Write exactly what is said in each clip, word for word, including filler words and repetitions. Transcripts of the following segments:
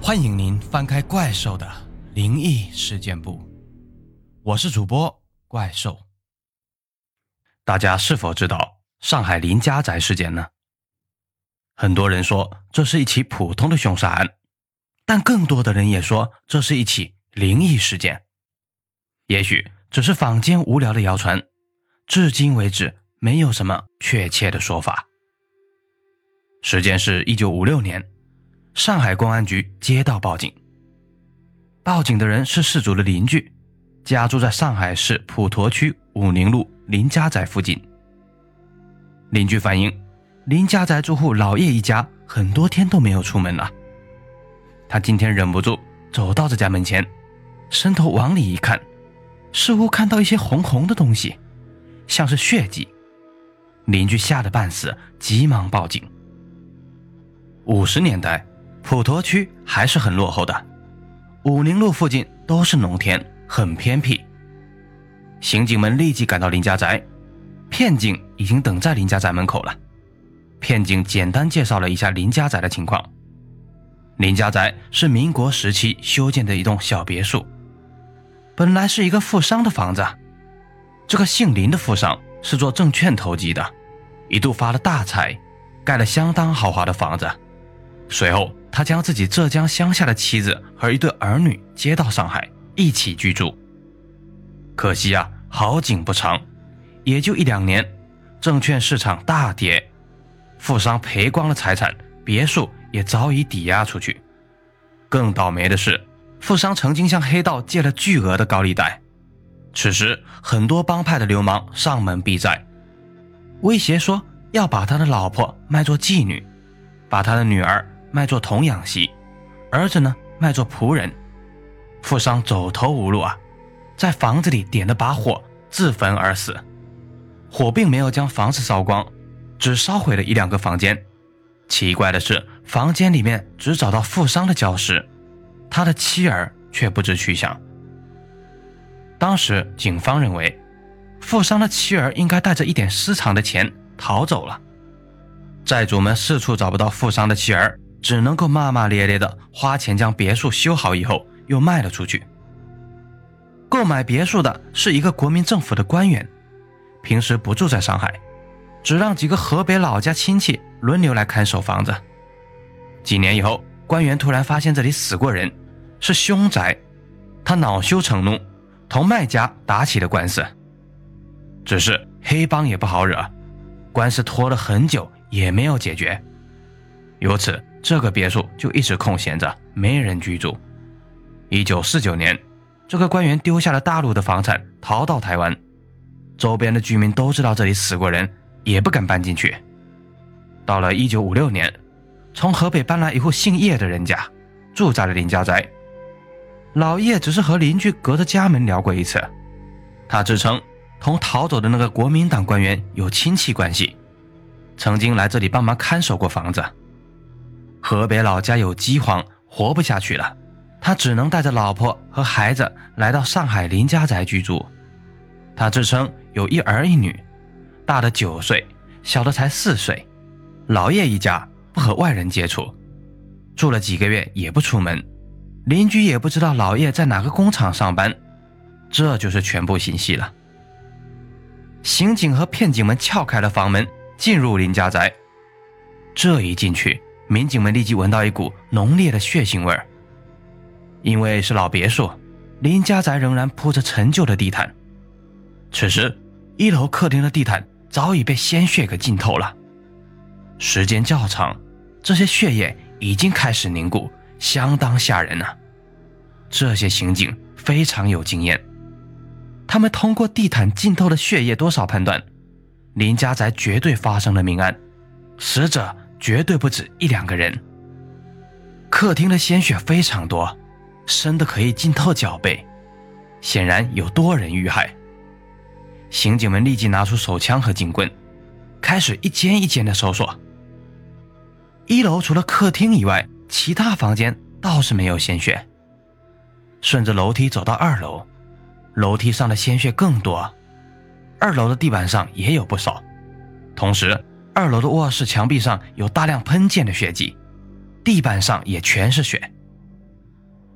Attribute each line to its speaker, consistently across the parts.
Speaker 1: 欢迎您翻开怪兽的灵异事件簿，我是主播怪兽。大家是否知道上海林家宅事件呢？很多人说这是一起普通的凶杀案，但更多的人也说这是一起灵异事件。也许只是坊间无聊的谣传，至今为止没有什么确切的说法。时间是一九五六年，上海公安局接到报警。报警的人是事主的邻居，家住在上海市普陀区武宁路林家宅附近。邻居反映，林家宅住户老叶一家很多天都没有出门了。他今天忍不住走到这家门前，伸头往里一看，似乎看到一些红红的东西，像是血迹。邻居吓得半死，急忙报警。五十年代普陀区还是很落后的，武宁路附近都是农田，很偏僻。刑警们立即赶到林家宅，片警已经等在林家宅门口了。片警简单介绍了一下林家宅的情况。林家宅是民国时期修建的一栋小别墅，本来是一个富商的房子。这个姓林的富商是做证券投机的，一度发了大财，盖了相当豪华的房子。随后他将自己浙江乡下的妻子和一对儿女接到上海一起居住。可惜啊，好景不长，也就一两年，证券市场大跌，富商赔光了财产，别墅也早已抵押出去。更倒霉的是，富商曾经向黑道借了巨额的高利贷。此时很多帮派的流氓上门逼债，威胁说要把他的老婆卖作妓女，把他的女儿卖作童养媳，儿子呢卖作仆人。富商走投无路啊，在房子里点了把火自焚而死。火并没有将房子烧光，只烧毁了一两个房间。奇怪的是，房间里面只找到富商的焦尸，他的妻儿却不知去向。当时警方认为，富商的妻儿应该带着一点私藏的钱逃走了。债主们四处找不到富商的妻儿，只能够骂骂咧咧的花钱将别墅修好以后又卖了出去。购买别墅的是一个国民政府的官员，平时不住在上海，只让几个河北老家亲戚轮流来看守房子。几年以后，官员突然发现这里死过人，是凶宅，他恼羞成怒，同卖家打起了官司。只是黑帮也不好惹，官司拖了很久也没有解决。由此这个别墅就一直空闲着，没人居住。一九四九年，这个官员丢下了大陆的房产，逃到台湾。周边的居民都知道这里死过人，也不敢搬进去。到了一九五六年，从河北搬来一户姓叶的人家，住在了林家宅。老叶只是和邻居隔着家门聊过一次，他自称同逃走的那个国民党官员有亲戚关系，曾经来这里帮忙看守过房子。河北老家有饥荒，活不下去了，他只能带着老婆和孩子来到上海林家宅居住。他自称有一儿一女，大的九岁，小的才四岁。老叶一家不和外人接触，住了几个月也不出门，邻居也不知道老叶在哪个工厂上班。这就是全部信息了。刑警和片警们撬开了房门，进入林家宅。这一进去，民警们立即闻到一股浓烈的血腥味儿。因为是老别墅，林家宅仍然铺着陈旧的地毯。此时一楼客厅的地毯早已被鲜血给浸透了，时间较长，这些血液已经开始凝固，相当吓人啊。这些刑警非常有经验，他们通过地毯浸透的血液多少判断，林家宅绝对发生了命案，死者绝对不止一两个人。客厅的鲜血非常多，深的可以浸透脚背，显然有多人遇害。刑警们立即拿出手枪和警棍，开始一间一间的搜索。一楼除了客厅以外，其他房间倒是没有鲜血。顺着楼梯走到二楼，楼梯上的鲜血更多，二楼的地板上也有不少。同时二楼的卧室墙壁上有大量喷溅的血迹，地板上也全是血。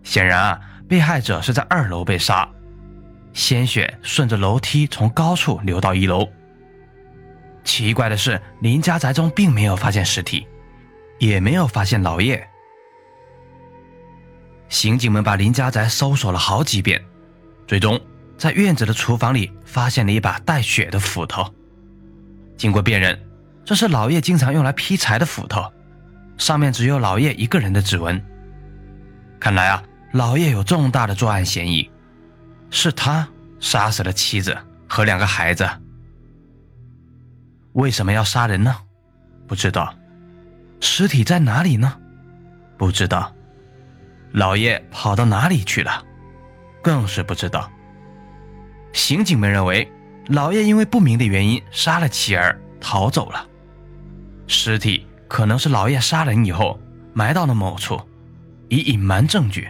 Speaker 1: 显然啊，被害者是在二楼被杀，鲜血顺着楼梯从高处流到一楼。奇怪的是，林家宅中并没有发现尸体，也没有发现老叶。刑警们把林家宅搜索了好几遍，最终在院子的厨房里发现了一把带血的斧头。经过辨认，这是老叶经常用来劈柴的斧头，上面只有老叶一个人的指纹。看来啊，老叶有重大的作案嫌疑，是他杀死了妻子和两个孩子。为什么要杀人呢？不知道。尸体在哪里呢？不知道。老叶跑到哪里去了？更是不知道。刑警们认为，老叶因为不明的原因杀了妻儿，逃走了。尸体可能是老叶杀人以后埋到了某处，以隐瞒证据。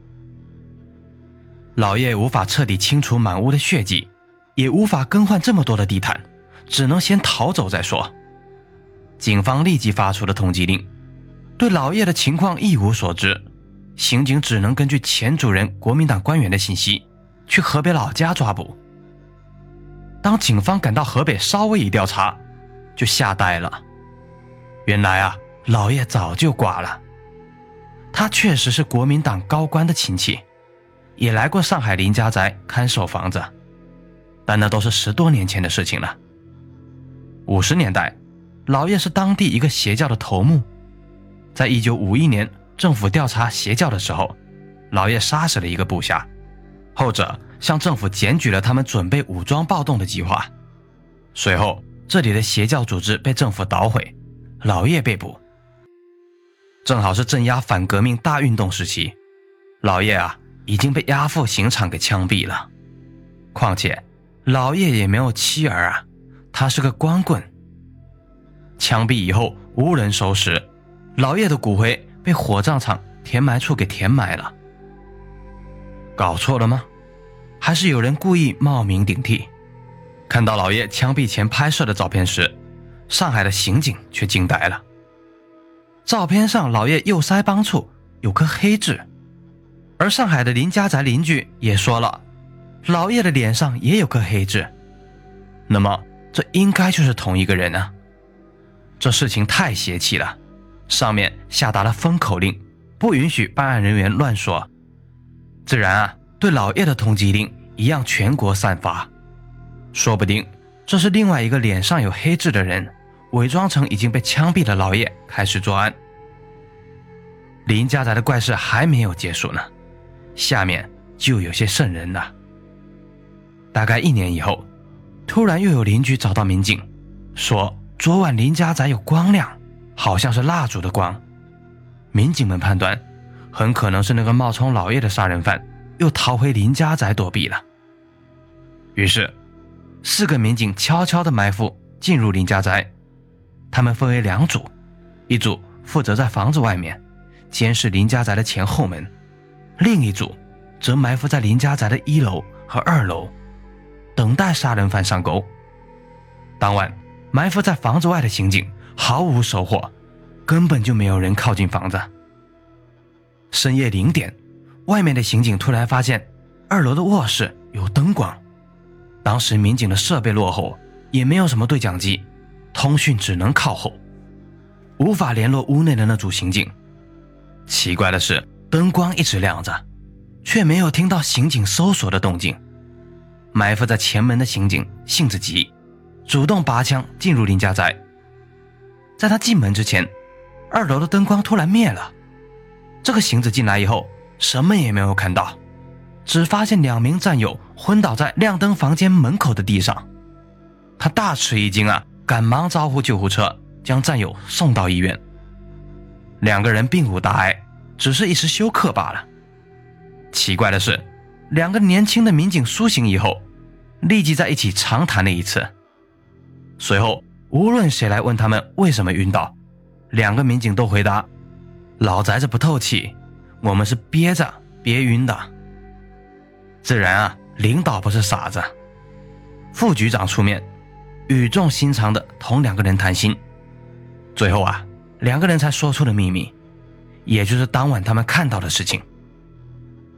Speaker 1: 老叶无法彻底清除满屋的血迹，也无法更换这么多的地毯，只能先逃走再说。警方立即发出了通缉令，对老叶的情况一无所知，刑警只能根据前主人国民党官员的信息去河北老家抓捕。当警方赶到河北稍微一调查，就吓呆了。原来啊，老叶早就挂了。他确实是国民党高官的亲戚，也来过上海林家宅看守房子，但那都是十多年前的事情了。五十年代，老叶是当地一个邪教的头目。在一九五一年政府调查邪教的时候，老叶杀死了一个部下，后者向政府检举了他们准备武装暴动的计划。随后，这里的邪教组织被政府捣毁，老叶被捕。正好是镇压反革命大运动时期，老叶啊已经被押赴刑场给枪毙了。况且老叶也没有妻儿啊，他是个光棍。枪毙以后无人收拾，老叶的骨灰被火葬场填埋处给填埋了。搞错了吗？还是有人故意冒名顶替？看到老叶枪毙前拍摄的照片时，上海的刑警却惊呆了。照片上老叶右腮帮处有颗黑痣，而上海的林家宅邻居也说了，老叶的脸上也有颗黑痣。那么这应该就是同一个人啊！这事情太邪气了，上面下达了封口令，不允许办案人员乱说。自然啊，对老叶的通缉令一样全国散发。说不定这是另外一个脸上有黑痣的人伪装成已经被枪毙的老叶开始作案。林家宅的怪事还没有结束呢，下面就有些瘆人了。大概一年以后，突然又有邻居找到民警，说昨晚林家宅有光亮，好像是蜡烛的光。民警们判断，很可能是那个冒充老叶的杀人犯又逃回林家宅躲避了。于是四个民警悄悄地埋伏进入林家宅，他们分为两组，一组负责在房子外面监视林家宅的前后门，另一组则埋伏在林家宅的一楼和二楼，等待杀人犯上钩。当晚埋伏在房子外的刑警毫无收获，根本就没有人靠近房子。深夜零点，外面的刑警突然发现二楼的卧室有灯光。当时民警的设备落后，也没有什么对讲机，通讯只能靠后，无法联络屋内的那组刑警。奇怪的是，灯光一直亮着，却没有听到刑警搜索的动静。埋伏在前门的刑警性子急，主动拔枪进入林家宅。在他进门之前，二楼的灯光突然灭了。这个刑警进来以后，什么也没有看到，只发现两名战友昏倒在亮灯房间门口的地上。他大吃一惊啊，赶忙招呼救护车将战友送到医院。两个人并无大碍，只是一时休克罢了。奇怪的是，两个年轻的民警苏醒以后，立即在一起长谈了一次。随后无论谁来问他们为什么晕倒，两个民警都回答，老宅子不透气，我们是憋着憋晕的。自然啊，领导不是傻子，副局长出面语重心长地同两个人谈心。最后啊，两个人才说出了秘密，也就是当晚他们看到的事情。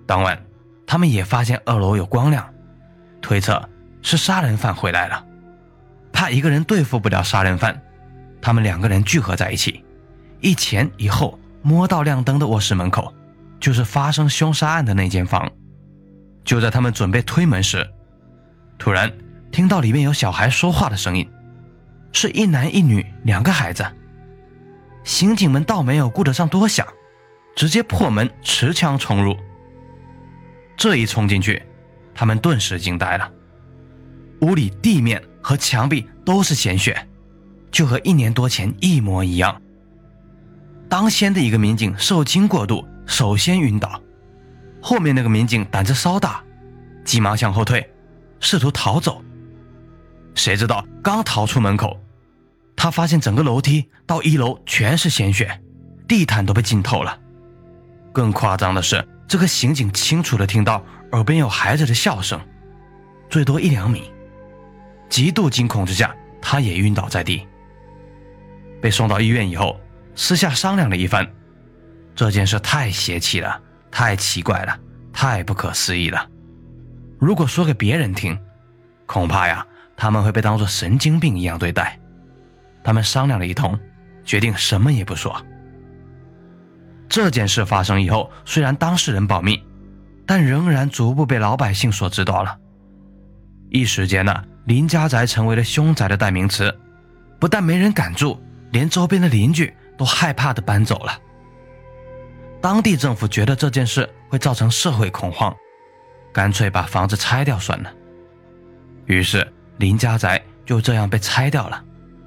Speaker 1: 当晚他们也发现二楼有光亮，推测是杀人犯回来了。怕一个人对付不了杀人犯，他们两个人聚合在一起，一前一后摸到亮灯的卧室门口，就是发生凶杀案的那间房。就在他们准备推门时，突然听到里面有小孩说话的声音，是一男一女两个孩子。刑警们倒没有顾得上多想，直接破门持枪冲入。这一冲进去，他们顿时惊呆了。屋里地面和墙壁都是鲜血，就和一年多前一模一样。当先的一个民警受惊过度，首先晕倒，后面那个民警胆子稍大，急忙向后退，试图逃走。谁知道刚逃出门口，他发现整个楼梯到一楼全是鲜血，地毯都被浸透了。更夸张的是，这个刑警清楚地听到耳边有孩子的笑声，最多一两米。极度惊恐之下，他也晕倒在地。被送到医院以后，私下商量了一番，这件事太邪气了，太奇怪了，太不可思议了。如果说给别人听，恐怕呀他们会被当作神经病一样对待。他们商量了一通，决定什么也不说。这件事发生以后，虽然当事人保密，但仍然逐步被老百姓所知道了。一时间呢，林家宅成为了凶宅的代名词，不但没人敢住，连周边的邻居都害怕地搬走了。当地政府觉得这件事会造成社会恐慌，干脆把房子拆掉算了。于是林家宅就这样被拆掉了。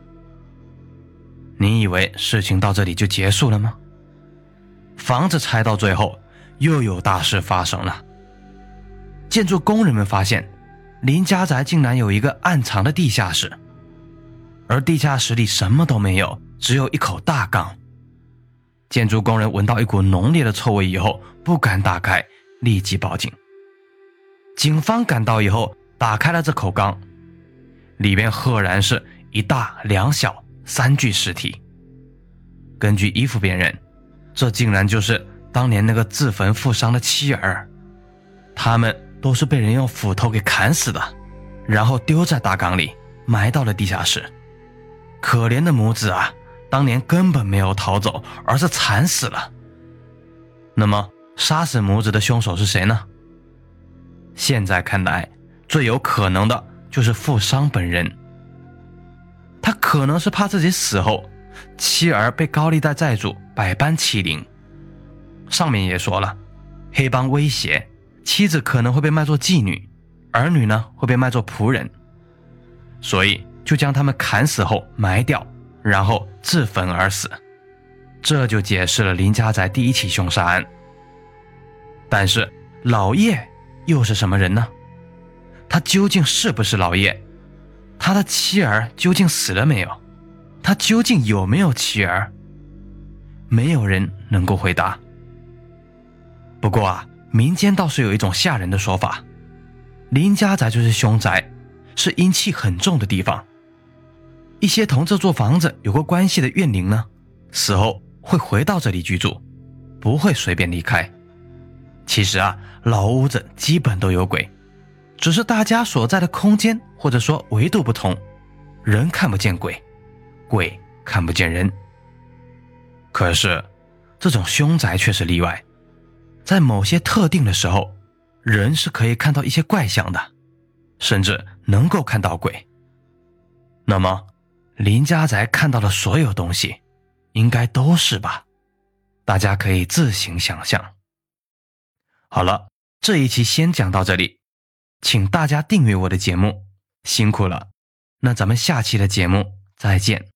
Speaker 1: 你以为事情到这里就结束了吗？房子拆到最后，又有大事发生了。建筑工人们发现，林家宅竟然有一个暗藏的地下室，而地下室里什么都没有，只有一口大缸。建筑工人闻到一股浓烈的臭味以后，不敢打开，立即报警。警方赶到以后，打开了这口缸，里边赫然是一大两小三具尸体。根据衣服辨认，这竟然就是当年那个自焚负伤的妻儿，他们都是被人用斧头给砍死的，然后丢在大缸里，埋到了地下室。可怜的母子啊，当年根本没有逃走，而是惨死了。那么杀死母子的凶手是谁呢？现在看来，最有可能的就是富商本人。他可能是怕自己死后，妻儿被高利贷债主百般欺凌。上面也说了，黑帮威胁妻子可能会被卖作妓女，儿女呢会被卖作仆人，所以就将他们砍死后埋掉，然后自焚而死。这就解释了林家宅第一起凶杀案。但是老叶又是什么人呢？他究竟是不是老叶？他的妻儿究竟死了没有？他究竟有没有妻儿？没有人能够回答。不过啊，民间倒是有一种吓人的说法，林家宅就是凶宅，是阴气很重的地方。一些同这座房子有过关系的怨灵呢，死后会回到这里居住，不会随便离开。其实啊，老屋子基本都有鬼，只是大家所在的空间或者说维度不同，人看不见鬼，鬼看不见人。可是这种凶宅却是例外，在某些特定的时候，人是可以看到一些怪象的，甚至能够看到鬼。那么林家宅看到的所有东西应该都是吧？大家可以自行想象。好了，这一期先讲到这里，请大家订阅我的节目，辛苦了。那咱们下期的节目再见。